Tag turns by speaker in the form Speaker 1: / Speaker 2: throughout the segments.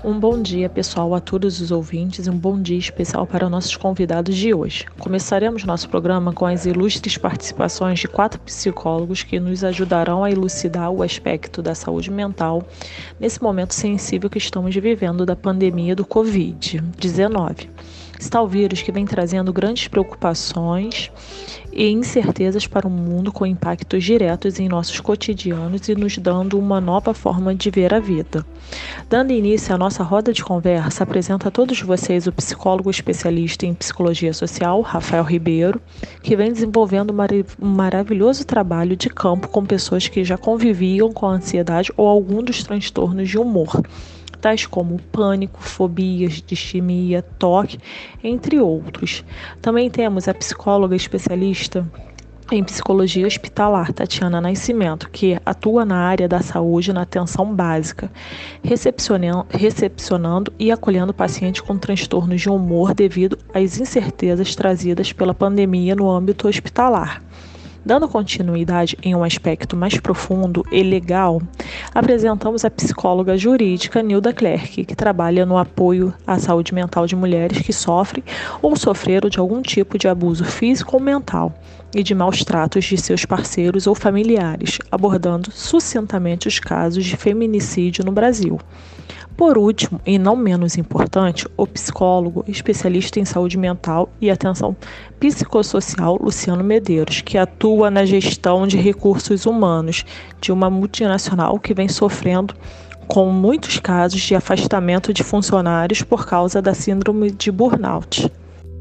Speaker 1: Um bom dia, pessoal, a todos os ouvintes e um bom dia especial para nossos convidados de hoje. Começaremos nosso programa com as ilustres participações de 4 psicólogos que nos ajudarão a elucidar o aspecto da saúde mental nesse momento sensível que estamos vivendo da pandemia do Covid-19. Esse tal vírus que vem trazendo grandes preocupações e incertezas para o mundo com impactos diretos em nossos cotidianos e nos dando uma nova forma de ver a vida. Dando início à nossa roda de conversa, apresento a todos vocês o psicólogo especialista em psicologia social, Rafael Ribeiro, que vem desenvolvendo um maravilhoso trabalho de campo com pessoas que já conviviam com a ansiedade ou algum dos transtornos de humor, tais como pânico, fobias, distimia, toque, entre outros. Também temos a psicóloga especialista em psicologia hospitalar, Tatiana Nascimento, que atua na área da saúde na atenção básica, recepcionando e acolhendo pacientes com transtornos de humor devido às incertezas trazidas pela pandemia no âmbito hospitalar. Dando continuidade em um aspecto mais profundo e legal, apresentamos a psicóloga jurídica Nilda Clerc, que trabalha no apoio à saúde mental de mulheres que sofrem ou sofreram de algum tipo de abuso físico ou mental e de maus tratos de seus parceiros ou familiares, abordando sucintamente os casos de feminicídio no Brasil. Por último, e não menos importante, o psicólogo especialista em saúde mental e atenção psicossocial Luciano Medeiros, que atua na gestão de recursos humanos de uma multinacional que vem sofrendo com muitos casos de afastamento de funcionários por causa da síndrome de burnout.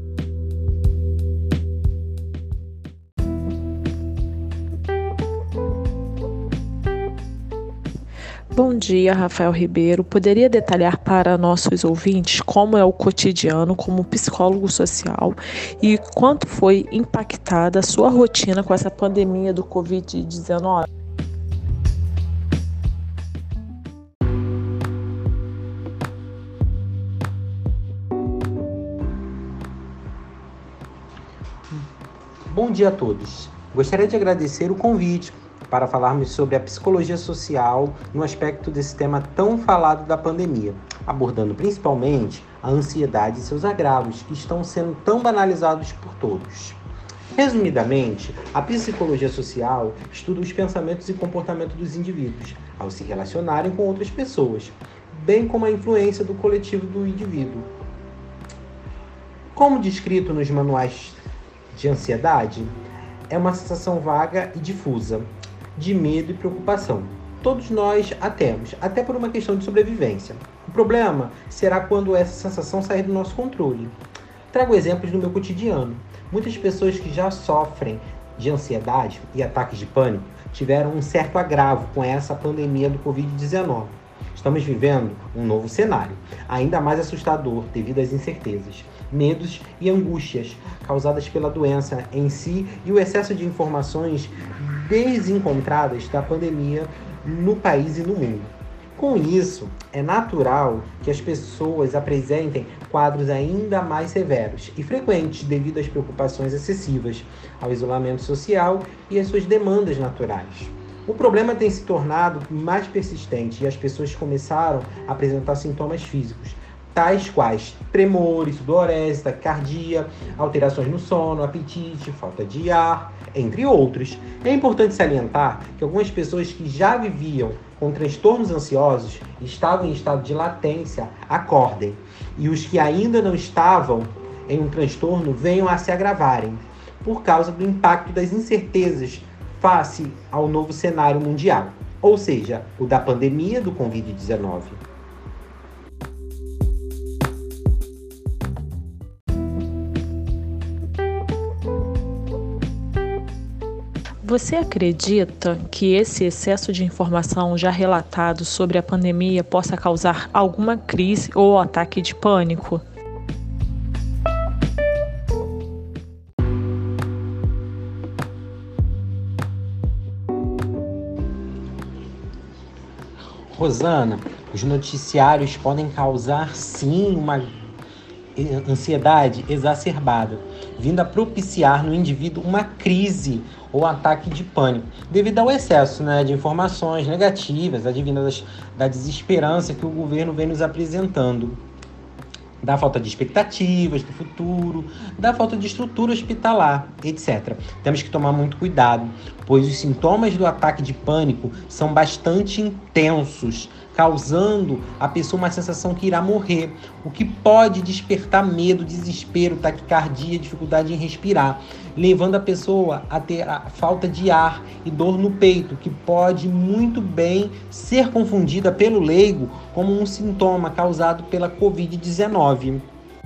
Speaker 1: Bom dia, Rafael Ribeiro. Poderia detalhar para nossos ouvintes como é o cotidiano como psicólogo social e quanto foi impactada a sua rotina com essa pandemia do Covid-19?
Speaker 2: Bom dia a todos. Gostaria de agradecer o convite para falarmos sobre a psicologia social no aspecto desse tema tão falado da pandemia, abordando principalmente a ansiedade e seus agravos, que estão sendo tão banalizados por todos. Resumidamente, a psicologia social estuda os pensamentos e comportamentos dos indivíduos ao se relacionarem com outras pessoas, bem como a influência do coletivo do indivíduo. Como descrito nos manuais de ansiedade, é uma sensação vaga e difusa, de medo e preocupação. Todos nós a temos, até por uma questão de sobrevivência. O problema será quando essa sensação sair do nosso controle. Trago exemplos do meu cotidiano. Muitas pessoas que já sofrem de ansiedade e ataques de pânico tiveram um certo agravo com essa pandemia do Covid-19. Estamos vivendo um novo cenário, ainda mais assustador devido às incertezas, medos e angústias causadas pela doença em si e o excesso de informações desencontradas da pandemia no país e no mundo. Com isso, é natural que as pessoas apresentem quadros ainda mais severos e frequentes devido às preocupações excessivas, ao isolamento social e às suas demandas naturais. O problema tem se tornado mais persistente e as pessoas começaram a apresentar sintomas físicos, tais quais tremores, sudorese, taquicardia, alterações no sono, apetite, falta de ar, entre outros. É importante salientar que algumas pessoas que já viviam com transtornos ansiosos e estavam em estado de latência acordem, e os que ainda não estavam em um transtorno venham a se agravarem, por causa do impacto das incertezas face ao novo cenário mundial, ou seja, o da pandemia do Covid-19.
Speaker 1: Você acredita que esse excesso de informação já relatado sobre a pandemia possa causar alguma crise ou ataque de pânico?
Speaker 2: Rosana, os noticiários podem causar sim ansiedade exacerbada, vindo a propiciar no indivíduo uma crise ou ataque de pânico, devido ao excesso, de informações negativas, advindas da desesperança que o governo vem nos apresentando, da falta de expectativas do futuro, da falta de estrutura hospitalar, etc. Temos que tomar muito cuidado, pois os sintomas do ataque de pânico são bastante intensos, causando a pessoa uma sensação que irá morrer, o que pode despertar medo, desespero, taquicardia, dificuldade em respirar, levando a pessoa a ter a falta de ar e dor no peito, que pode muito bem ser confundida pelo leigo como um sintoma causado pela Covid-19.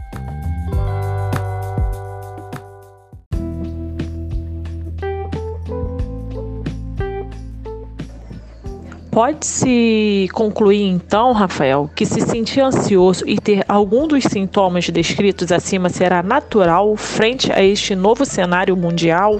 Speaker 1: Pode-se concluir, então, Rafael, que se sentir ansioso e ter algum dos sintomas descritos acima será natural frente a este novo cenário mundial?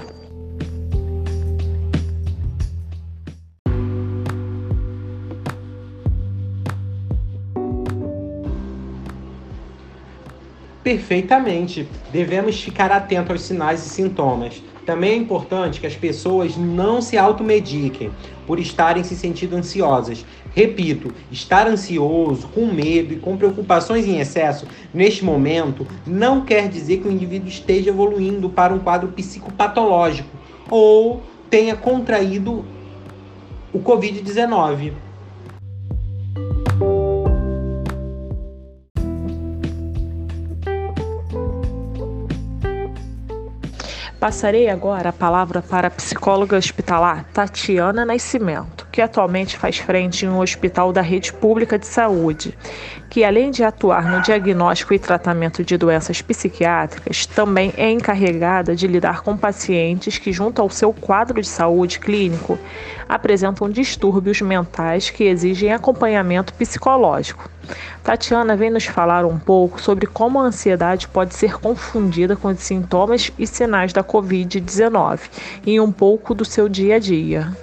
Speaker 2: Perfeitamente. Devemos ficar atentos aos sinais e sintomas. Também é importante que as pessoas não se automediquem por estarem se sentindo ansiosas. Repito, estar ansioso, com medo e com preocupações em excesso, neste momento, não quer dizer que o indivíduo esteja evoluindo para um quadro psicopatológico ou tenha contraído o Covid-19.
Speaker 1: Passarei agora a palavra para a psicóloga hospitalar Tatiana Nascimento, que atualmente faz frente em um hospital da rede pública de saúde, que além de atuar no diagnóstico e tratamento de doenças psiquiátricas, também é encarregada de lidar com pacientes que, junto ao seu quadro de saúde clínico, apresentam distúrbios mentais que exigem acompanhamento psicológico. Tatiana vem nos falar um pouco sobre como a ansiedade pode ser confundida com os sintomas e sinais da Covid-19 e um pouco do seu dia a dia.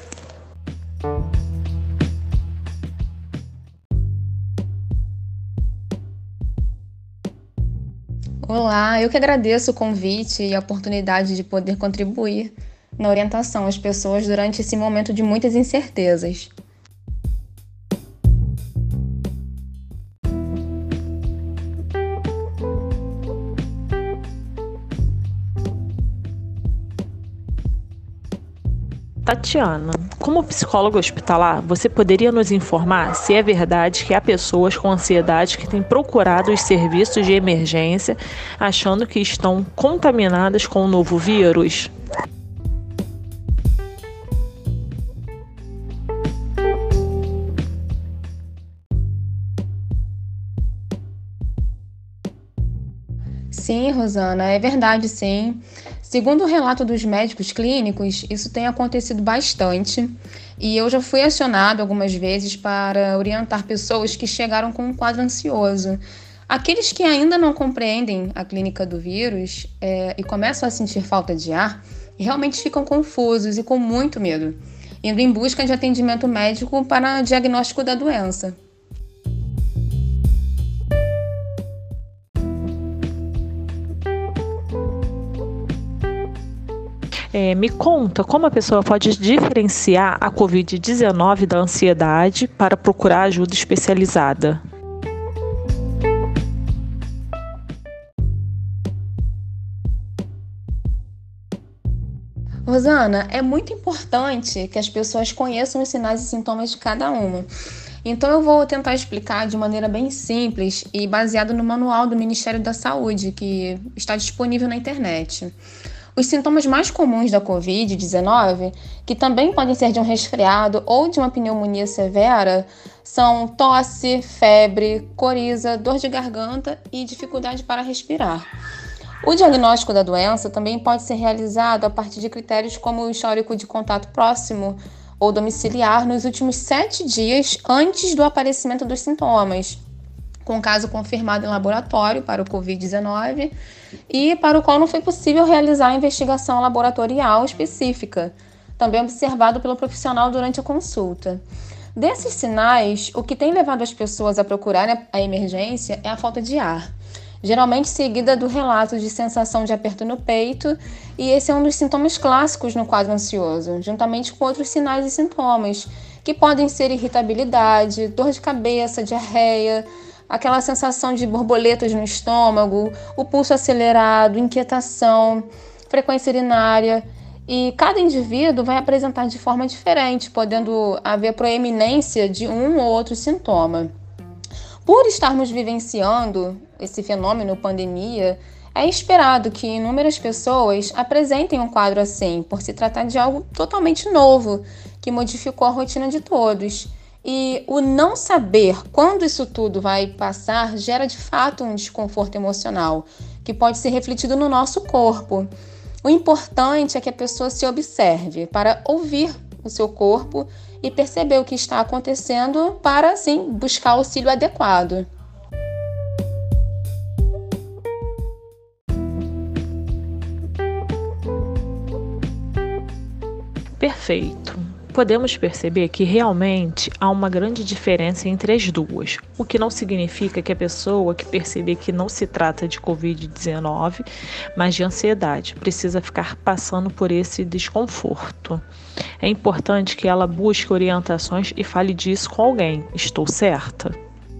Speaker 3: Olá, eu que agradeço o convite e a oportunidade de poder contribuir na orientação às pessoas durante esse momento de muitas incertezas.
Speaker 1: Tatiana, como psicóloga hospitalar, você poderia nos informar se é verdade que há pessoas com ansiedade que têm procurado os serviços de emergência achando que estão contaminadas com o novo vírus?
Speaker 3: Sim, Rosana, é verdade, sim. Segundo o relato dos médicos clínicos, isso tem acontecido bastante e eu já fui acionado algumas vezes para orientar pessoas que chegaram com um quadro ansioso. Aqueles que ainda não compreendem a clínica do vírus e começam a sentir falta de ar, realmente ficam confusos e com muito medo, indo em busca de atendimento médico para diagnóstico da doença.
Speaker 1: Me conta como a pessoa pode diferenciar a Covid-19 da ansiedade para procurar ajuda especializada.
Speaker 3: Rosana, é muito importante que as pessoas conheçam os sinais e sintomas de cada uma. Então eu vou tentar explicar de maneira bem simples e baseado no manual do Ministério da Saúde, que está disponível na internet. Os sintomas mais comuns da Covid-19, que também podem ser de um resfriado ou de uma pneumonia severa, são tosse, febre, coriza, dor de garganta e dificuldade para respirar. O diagnóstico da doença também pode ser realizado a partir de critérios como o histórico de contato próximo ou domiciliar nos últimos 7 dias antes do aparecimento dos sintomas, com caso confirmado em laboratório para o Covid-19 e para o qual não foi possível realizar a investigação laboratorial específica, também observado pelo profissional durante a consulta. Desses sinais, o que tem levado as pessoas a procurar a emergência é a falta de ar. geralmente seguida do relato de sensação de aperto no peito, e esse é um dos sintomas clássicos no quadro ansioso, juntamente com outros sinais e sintomas, que podem ser irritabilidade, dor de cabeça, diarreia, aquela sensação de borboletas no estômago, o pulso acelerado, inquietação, frequência urinária. E cada indivíduo vai apresentar de forma diferente, podendo haver proeminência de um ou outro sintoma. Por estarmos vivenciando esse fenômeno pandemia, é esperado que inúmeras pessoas apresentem um quadro assim, por se tratar de algo totalmente novo, que modificou a rotina de todos. E o não saber quando isso tudo vai passar gera de fato um desconforto emocional, que pode ser refletido no nosso corpo. O importante é que a pessoa se observe para ouvir o seu corpo e perceber o que está acontecendo para, assim, buscar auxílio adequado.
Speaker 1: Perfeito. Podemos perceber que realmente há uma grande diferença entre as duas, o que não significa que a pessoa que perceber que não se trata de Covid-19, mas de ansiedade, precisa ficar passando por esse desconforto. É importante que ela busque orientações e fale disso com alguém. Estou certa?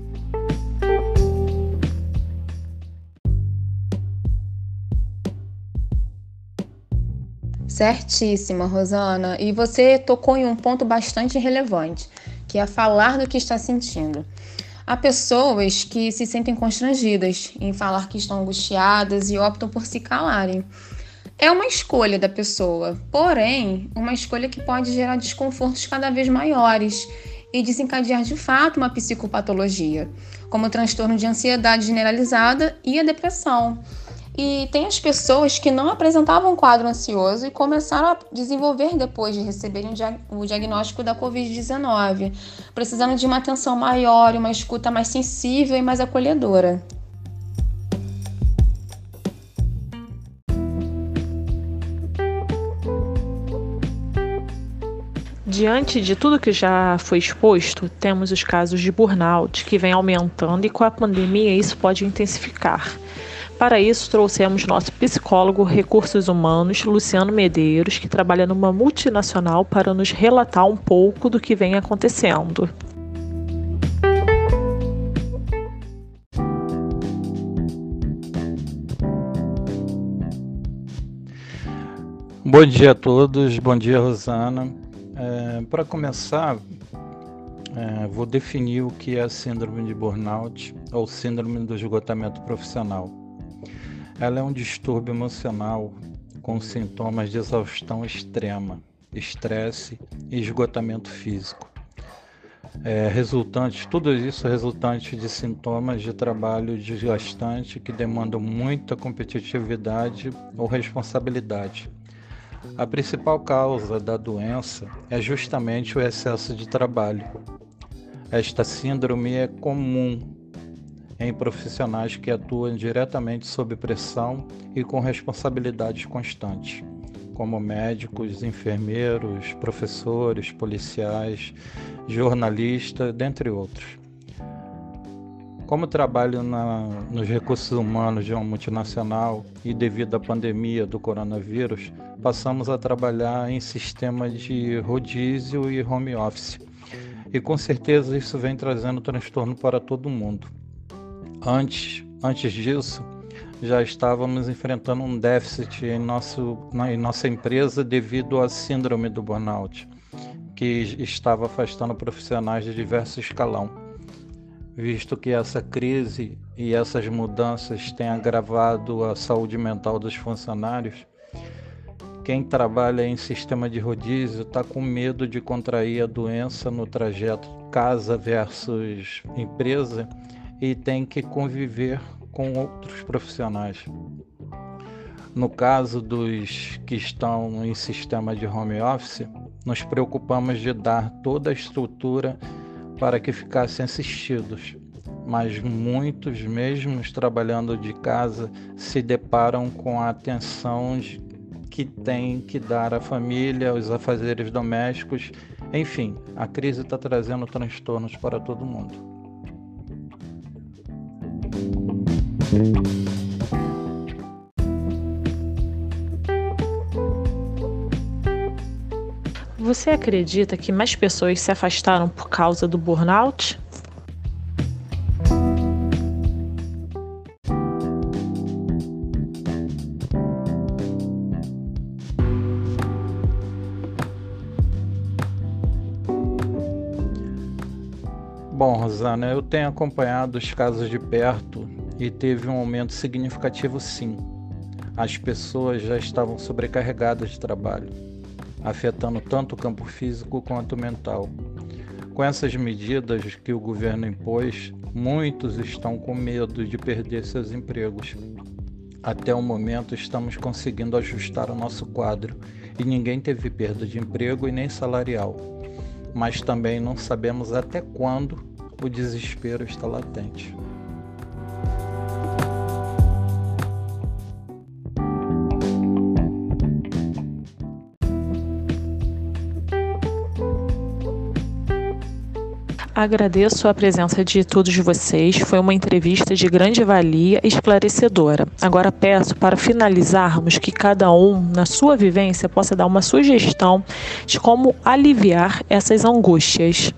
Speaker 3: Certíssima, Rosana. E você tocou em um ponto bastante relevante, que é falar do que está sentindo. Há pessoas que se sentem constrangidas em falar que estão angustiadas e optam por se calarem. É uma escolha da pessoa, porém, uma escolha que pode gerar desconfortos cada vez maiores e desencadear de fato uma psicopatologia, como o transtorno de ansiedade generalizada e a depressão. E tem as pessoas que não apresentavam quadro ansioso e começaram a desenvolver depois de receberem o diagnóstico da Covid-19, precisando de uma atenção maior, uma escuta mais sensível e mais acolhedora.
Speaker 1: Diante de tudo que já foi exposto, temos os casos de burnout, que vem aumentando e com a pandemia isso pode intensificar. Para isso, trouxemos nosso psicólogo recursos humanos, Luciano Medeiros, que trabalha numa multinacional, para nos relatar um pouco do que vem acontecendo.
Speaker 4: Bom dia a todos, bom dia, Rosana. Para começar, vou definir o que é a síndrome de burnout ou síndrome do esgotamento profissional. Ela é um distúrbio emocional com sintomas de exaustão extrema, estresse e esgotamento físico. Tudo isso resultante de sintomas de trabalho desgastante que demandam muita competitividade ou responsabilidade. A principal causa da doença é justamente o excesso de trabalho. Esta síndrome é comum em profissionais que atuam diretamente sob pressão e com responsabilidades constantes, como médicos, enfermeiros, professores, policiais, jornalistas, dentre outros. Como trabalho nos recursos humanos de uma multinacional e devido à pandemia do coronavírus, passamos a trabalhar em sistema de rodízio e home office. E com certeza isso vem trazendo transtorno para todo mundo. Antes disso, já estávamos enfrentando um déficit em nossa empresa devido à síndrome do burnout, que estava afastando profissionais de diverso escalão. Visto que essa crise e essas mudanças têm agravado a saúde mental dos funcionários, quem trabalha em sistema de rodízio está com medo de contrair a doença no trajeto casa versus empresa e tem que conviver com outros profissionais. No caso dos que estão em sistema de home office, nos preocupamos de dar toda a estrutura para que ficassem assistidos, mas muitos, mesmo trabalhando de casa, se deparam com a atenção que tem que dar à família, aos afazeres domésticos. Enfim, a crise está trazendo transtornos para todo mundo.
Speaker 1: Você acredita que mais pessoas se afastaram por causa do burnout?
Speaker 4: Bom, Rosana, eu tenho acompanhado os casos de perto e teve um aumento significativo, sim. As pessoas já estavam sobrecarregadas de trabalho, afetando tanto o campo físico quanto o mental. Com essas medidas que o governo impôs, muitos estão com medo de perder seus empregos. Até o momento estamos conseguindo ajustar o nosso quadro e ninguém teve perda de emprego e nem salarial. Mas também não sabemos até quando o desespero está latente.
Speaker 1: Agradeço a presença de todos vocês, foi uma entrevista de grande valia e esclarecedora. Agora peço para finalizarmos que cada um, na sua vivência, possa dar uma sugestão de como aliviar essas angústias.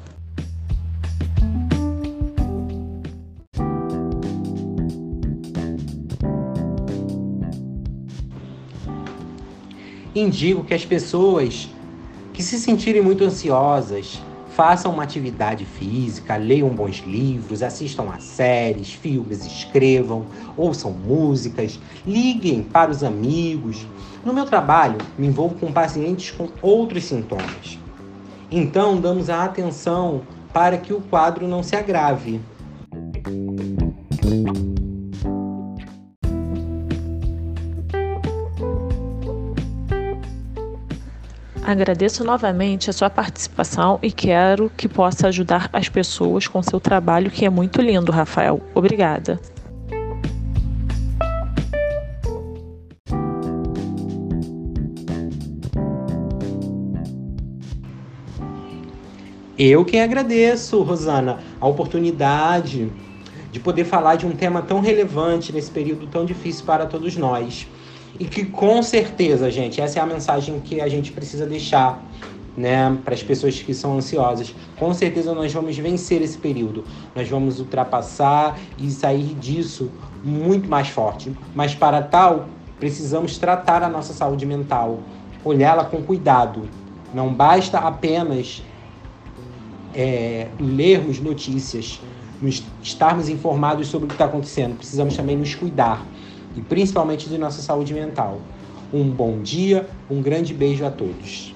Speaker 2: Indico que as pessoas que se sentirem muito ansiosas façam uma atividade física, leiam bons livros, assistam a séries, filmes, escrevam, ouçam músicas, liguem para os amigos. No meu trabalho, me envolvo com pacientes com outros sintomas. Então, damos a atenção para que o quadro não se agrave.
Speaker 1: Agradeço novamente a sua participação e quero que possa ajudar as pessoas com seu trabalho, que é muito lindo, Rafael. Obrigada.
Speaker 2: Eu que agradeço, Rosana, a oportunidade de poder falar de um tema tão relevante nesse período tão difícil para todos nós. E que com certeza, gente, essa é a mensagem que a gente precisa deixar, né, para as pessoas que são ansiosas. Com certeza nós vamos vencer esse período. Nós vamos ultrapassar e sair disso muito mais forte. Mas para tal, precisamos tratar a nossa saúde mental, olhá-la com cuidado. Não basta apenas lermos notícias, estarmos informados sobre o que está acontecendo. Precisamos também nos cuidar. E principalmente de nossa saúde mental. Um bom dia, um grande beijo a todos.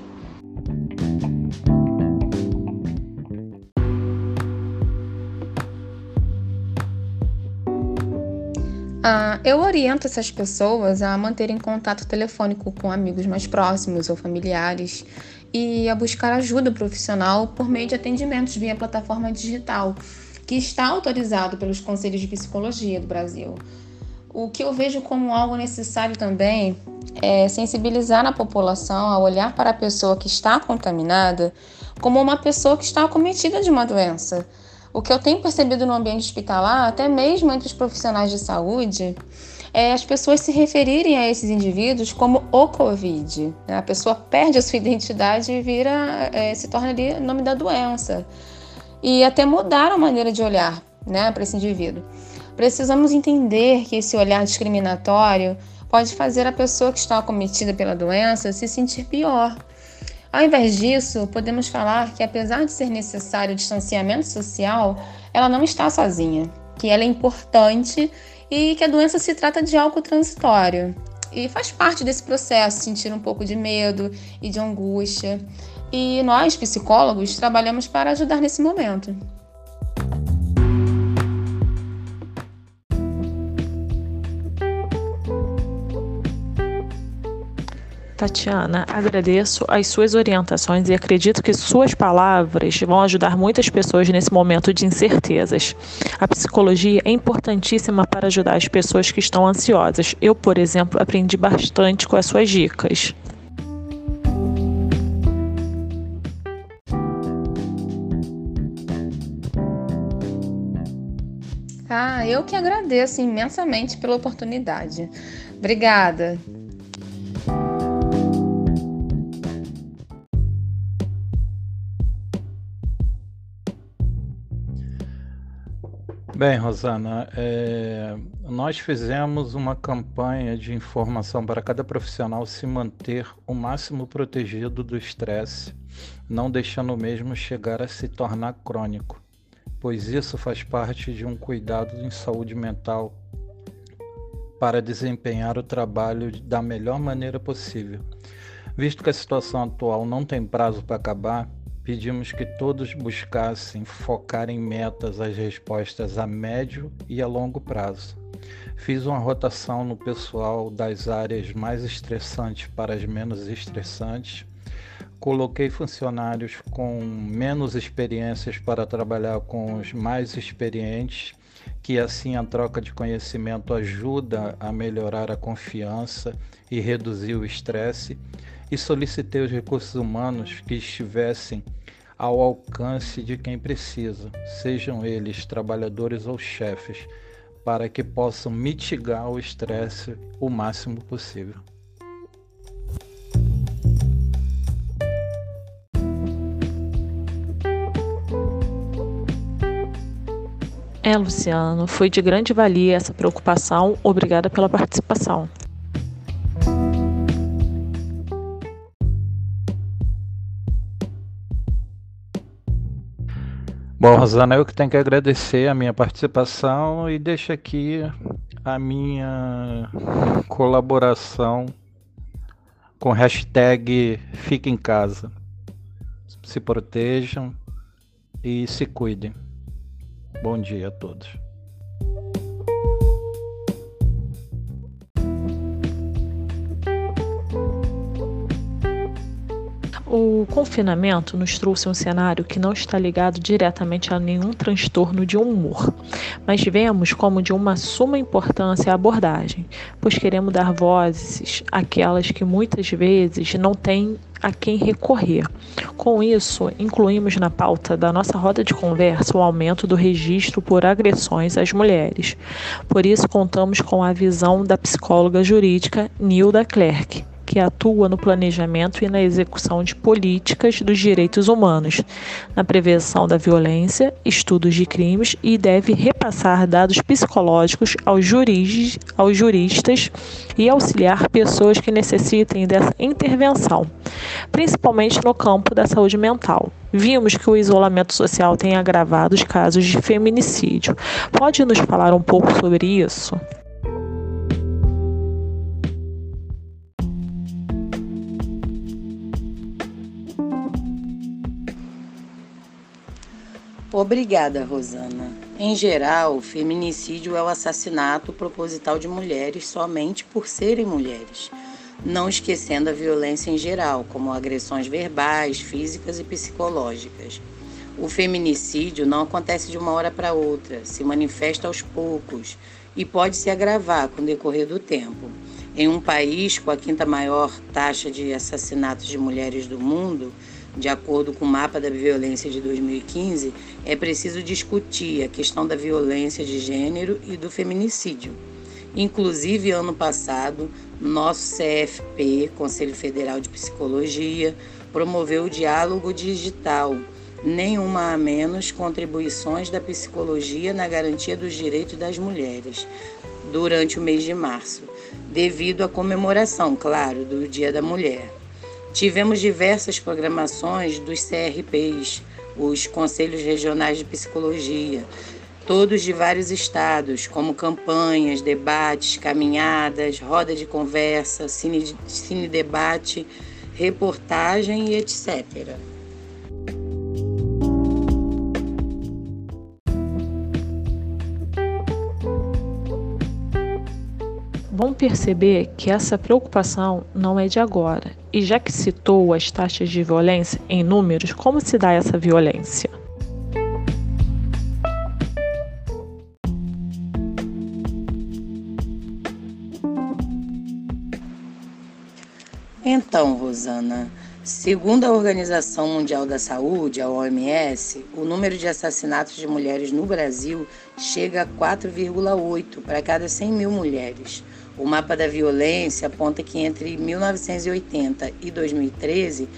Speaker 3: Eu oriento essas pessoas a manterem contato telefônico com amigos mais próximos ou familiares e a buscar ajuda profissional por meio de atendimentos via plataforma digital, que está autorizado pelos Conselhos de Psicologia do Brasil. O que eu vejo como algo necessário também é sensibilizar a população a olhar para a pessoa que está contaminada como uma pessoa que está acometida de uma doença. O que eu tenho percebido no ambiente hospitalar, até mesmo entre os profissionais de saúde, é as pessoas se referirem a esses indivíduos como o Covid. A pessoa perde a sua identidade e se torna ali o nome da doença. E até mudar a maneira de olhar, né, para esse indivíduo. Precisamos entender que esse olhar discriminatório pode fazer a pessoa que está acometida pela doença se sentir pior. Ao invés disso, podemos falar que, apesar de ser necessário o distanciamento social, ela não está sozinha, que ela é importante e que a doença se trata de algo transitório. E faz parte desse processo sentir um pouco de medo e de angústia. E nós, psicólogos, trabalhamos para ajudar nesse momento.
Speaker 1: Tatiana, agradeço as suas orientações e acredito que suas palavras vão ajudar muitas pessoas nesse momento de incertezas. A psicologia é importantíssima para ajudar as pessoas que estão ansiosas. Eu, por exemplo, aprendi bastante com as suas dicas.
Speaker 3: Eu que agradeço imensamente pela oportunidade. Obrigada.
Speaker 4: Bem, Rosana, nós fizemos uma campanha de informação para cada profissional se manter o máximo protegido do estresse, não deixando o mesmo chegar a se tornar crônico, pois isso faz parte de um cuidado em saúde mental para desempenhar o trabalho da melhor maneira possível. Visto que a situação atual não tem prazo para acabar, pedimos que todos buscassem focar em metas as respostas a médio e a longo prazo. Fiz uma rotação no pessoal das áreas mais estressantes para as menos estressantes. Coloquei funcionários com menos experiências para trabalhar com os mais experientes, que assim a troca de conhecimento ajuda a melhorar a confiança e reduzir o estresse. E solicitei os recursos humanos que estivessem ao alcance de quem precisa, sejam eles trabalhadores ou chefes, para que possam mitigar o estresse o máximo possível.
Speaker 1: Luciano, foi de grande valia essa preocupação. Obrigada pela participação.
Speaker 4: Bom, Rosana, eu que tenho que agradecer a minha participação e deixo aqui a minha colaboração com hashtag Fique em Casa. Se protejam e se cuidem. Bom dia a todos.
Speaker 1: O confinamento nos trouxe um cenário que não está ligado diretamente a nenhum transtorno de humor, mas vemos como de uma suma importância a abordagem, pois queremos dar vozes àquelas que muitas vezes não têm a quem recorrer. Com isso, incluímos na pauta da nossa roda de conversa o aumento do registro por agressões às mulheres. Por isso, contamos com a visão da psicóloga jurídica Nilda Clerc, que atua no planejamento e na execução de políticas dos direitos humanos, na prevenção da violência, estudos de crimes e deve repassar dados psicológicos aos juristas e auxiliar pessoas que necessitem dessa intervenção, principalmente no campo da saúde mental. Vimos que o isolamento social tem agravado os casos de feminicídio. Pode nos falar um pouco sobre isso?
Speaker 5: Obrigada, Rosana. Em geral, o feminicídio é o assassinato proposital de mulheres somente por serem mulheres, não esquecendo a violência em geral, como agressões verbais, físicas e psicológicas. O feminicídio não acontece de uma hora para outra, se manifesta aos poucos e pode se agravar com o decorrer do tempo. Em um país com a quinta maior taxa de assassinatos de mulheres do mundo, de acordo com o mapa da violência de 2015, é preciso discutir a questão da violência de gênero e do feminicídio. Inclusive, ano passado, nosso CFP, Conselho Federal de Psicologia, promoveu o diálogo digital, nenhuma a menos contribuições da psicologia na garantia dos direitos das mulheres, durante o mês de março, devido à comemoração, claro, do Dia da Mulher. Tivemos diversas programações dos CRPs, os Conselhos Regionais de Psicologia, todos de vários estados, como campanhas, debates, caminhadas, roda de conversa, cine debate, reportagem e etc.
Speaker 1: Vão perceber que essa preocupação não é de agora. E já que citou as taxas de violência em números, como se dá essa violência?
Speaker 5: Então, Rosana, Segundo a Organização Mundial da Saúde, a OMS, o número de assassinatos de mulheres no Brasil chega a 4,8 para cada 100 mil mulheres. O mapa da violência aponta que entre 1980 e 2013,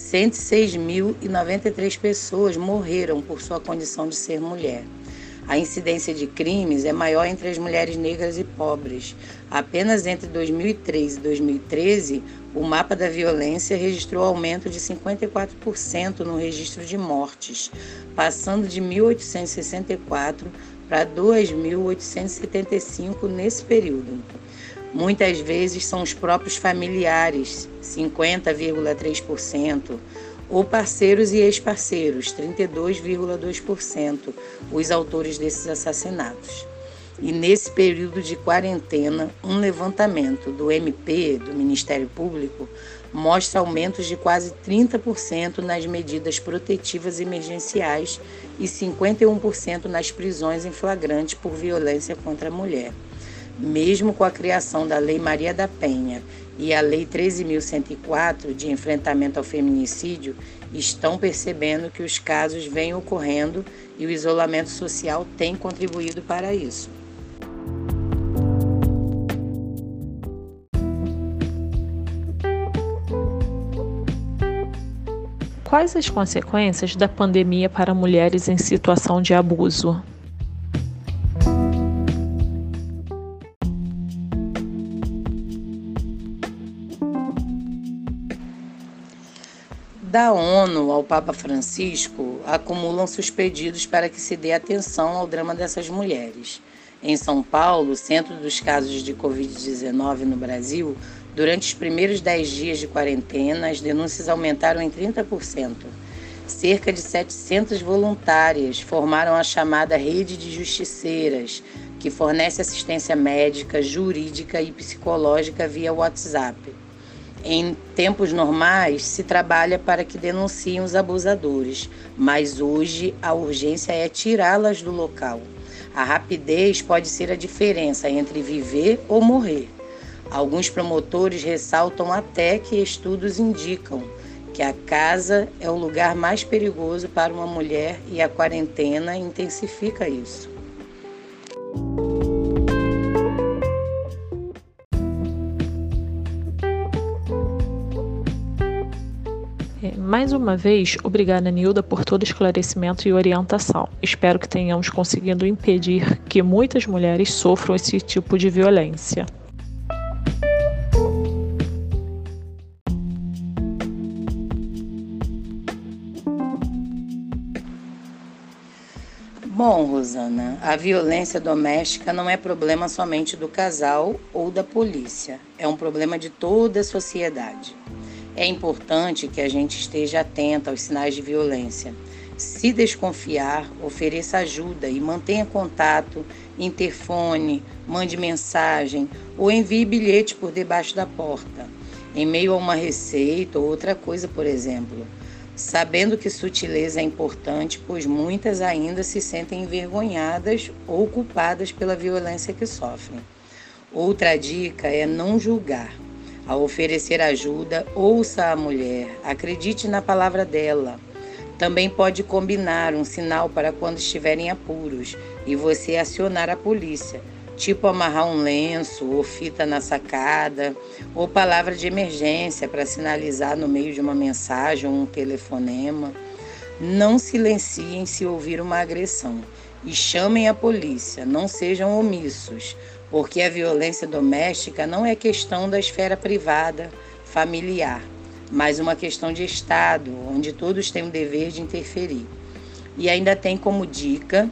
Speaker 5: 106.093 pessoas morreram por sua condição de ser mulher. A incidência de crimes é maior entre as mulheres negras e pobres. Apenas entre 2003 e 2013, o mapa da violência registrou aumento de 54% no registro de mortes, passando de 1.864 para 2.875 nesse período. Muitas vezes são os próprios familiares, 50,3%, ou parceiros e ex-parceiros, 32,2%, os autores desses assassinatos. E nesse período de quarentena, um levantamento do MP, do Ministério Público, mostra aumentos de quase 30% nas medidas protetivas emergenciais e 51% nas prisões em flagrante por violência contra a mulher. Mesmo com a criação da Lei Maria da Penha e a Lei 13.104 de enfrentamento ao feminicídio, estão percebendo que os casos vêm ocorrendo e o isolamento social tem contribuído para isso.
Speaker 1: Quais as consequências da pandemia para mulheres em situação de abuso?
Speaker 5: Da ONU ao Papa Francisco, acumulam-se os pedidos para que se dê atenção ao drama dessas mulheres. Em São Paulo, centro dos casos de Covid-19 no Brasil, durante os primeiros 10 dias de quarentena, as denúncias aumentaram em 30%. Cerca de 700 voluntárias formaram a chamada Rede de Justiceiras, que fornece assistência médica, jurídica e psicológica via WhatsApp. Em tempos normais, se trabalha para que denunciem os abusadores, mas hoje a urgência é tirá-las do local. A rapidez pode ser a diferença entre viver ou morrer. Alguns promotores ressaltam até que estudos indicam que a casa é o lugar mais perigoso para uma mulher e a quarentena intensifica isso.
Speaker 1: Mais uma vez, obrigada, Nilda, por todo esclarecimento e orientação. Espero que tenhamos conseguido impedir que muitas mulheres sofram esse tipo de violência.
Speaker 5: Bom, Rosana, a violência doméstica não é problema somente do casal ou da polícia. É um problema de toda a sociedade. É importante que a gente esteja atenta aos sinais de violência. Se desconfiar, ofereça ajuda e mantenha contato, interfone, mande mensagem ou envie bilhete por debaixo da porta, em meio a uma receita ou outra coisa, por exemplo. Sabendo que sutileza é importante, pois muitas ainda se sentem envergonhadas ou culpadas pela violência que sofrem. Outra dica é não julgar. Ao oferecer ajuda, ouça a mulher, acredite na palavra dela. Também pode combinar um sinal para quando estiverem em apuros e você acionar a polícia, tipo amarrar um lenço ou fita na sacada, ou palavra de emergência para sinalizar no meio de uma mensagem ou um telefonema. Não silenciem se ouvir uma agressão e chamem a polícia, não sejam omissos. Porque a violência doméstica não é questão da esfera privada, familiar, mas uma questão de Estado, onde todos têm o dever de interferir. E ainda tem como dica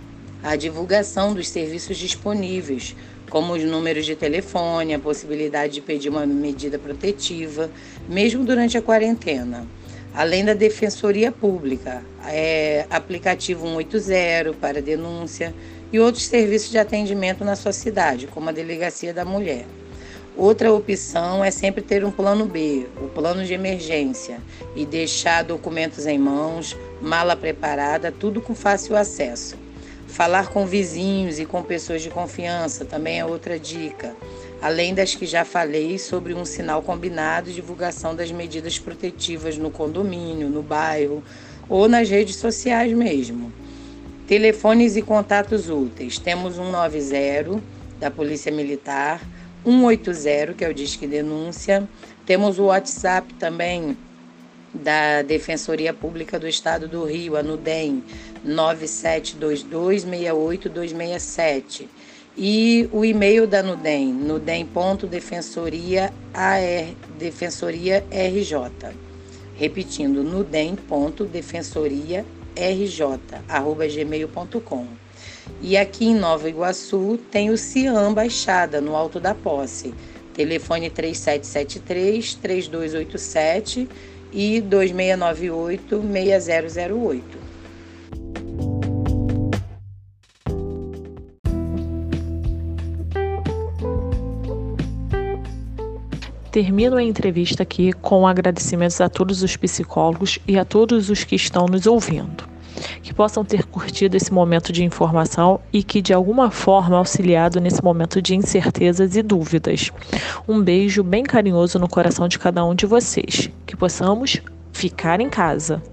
Speaker 5: a divulgação dos serviços disponíveis, como os números de telefone, a possibilidade de pedir uma medida protetiva, mesmo durante a quarentena. Além da Defensoria Pública, aplicativo 180 para denúncia, e outros serviços de atendimento na sua cidade, como a Delegacia da Mulher. Outra opção é sempre ter um plano B, o plano de emergência, e deixar documentos em mãos, mala preparada, tudo com fácil acesso. Falar com vizinhos e com pessoas de confiança também é outra dica. além das que já falei sobre um sinal combinado e divulgação das medidas protetivas no condomínio, no bairro ou nas redes sociais mesmo. Telefones e contatos úteis. Temos 190 da Polícia Militar, 180, que é o Disque Denúncia. Temos o WhatsApp também da Defensoria Pública do Estado do Rio, a NUDEM, 9722682267. E o e-mail da NUDEM, nudem.defensoriarj. Repetindo, nudem.defensoriarj@gmail.com. E aqui em Nova Iguaçu tem o CIAM Baixada, no Alto da Posse. Telefone 3773-3287 e 2698-6008.
Speaker 1: Termino a entrevista aqui com agradecimentos a todos os psicólogos e a todos os que estão nos ouvindo. Que possam ter curtido esse momento de informação e que de alguma forma auxiliado nesse momento de incertezas e dúvidas. Um beijo bem carinhoso no coração de cada um de vocês. Que possamos ficar em casa.